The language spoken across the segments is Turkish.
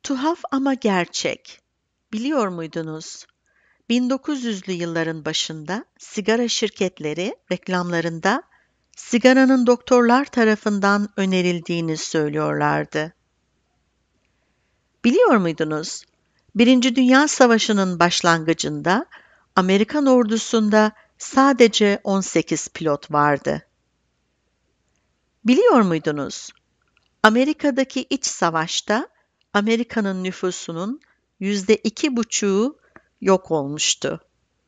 Tuhaf ama gerçek. Biliyor muydunuz? 1900'lü yılların başında sigara şirketleri reklamlarında sigaranın doktorlar tarafından önerildiğini söylüyorlardı. Biliyor muydunuz? Birinci Dünya Savaşı'nın başlangıcında Amerikan ordusunda sadece 18 pilot vardı. Biliyor muydunuz? Amerika'daki iç savaşta Amerika'nın nüfusunun %2,5'u yok olmuştu.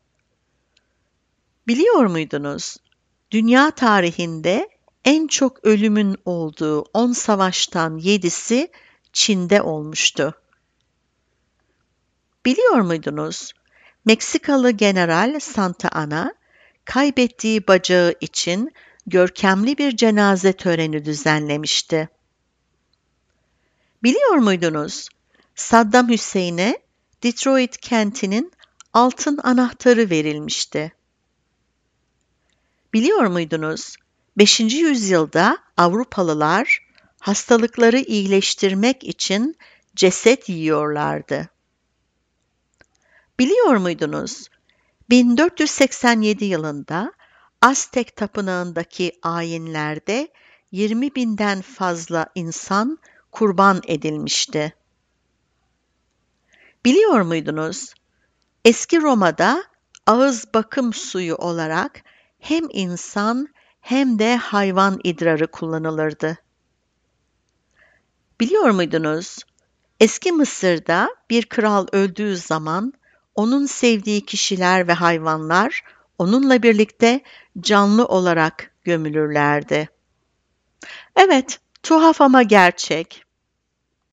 Biliyor muydunuz? Dünya tarihinde en çok ölümün olduğu 10 savaştan 7'si Çin'de olmuştu. Biliyor muydunuz? Meksikalı General Santa Anna, kaybettiği bacağı için görkemli bir cenaze töreni düzenlemişti. Biliyor muydunuz? Saddam Hüseyin'e Detroit kentinin altın anahtarı verilmişti. Biliyor muydunuz? 5. yüzyılda Avrupalılar hastalıkları iyileştirmek için ceset yiyorlardı. Biliyor muydunuz? 1487 yılında Aztek tapınağındaki ayinlerde 20.000'den fazla insan kurban edilmişti. Biliyor muydunuz? Eski Roma'da ağız bakım suyu olarak hem insan hem de hayvan idrarı kullanılırdı. Biliyor muydunuz? Eski Mısır'da bir kral öldüğü zaman onun sevdiği kişiler ve hayvanlar onunla birlikte canlı olarak gömülürlerdi. Evet, tuhaf ama gerçek.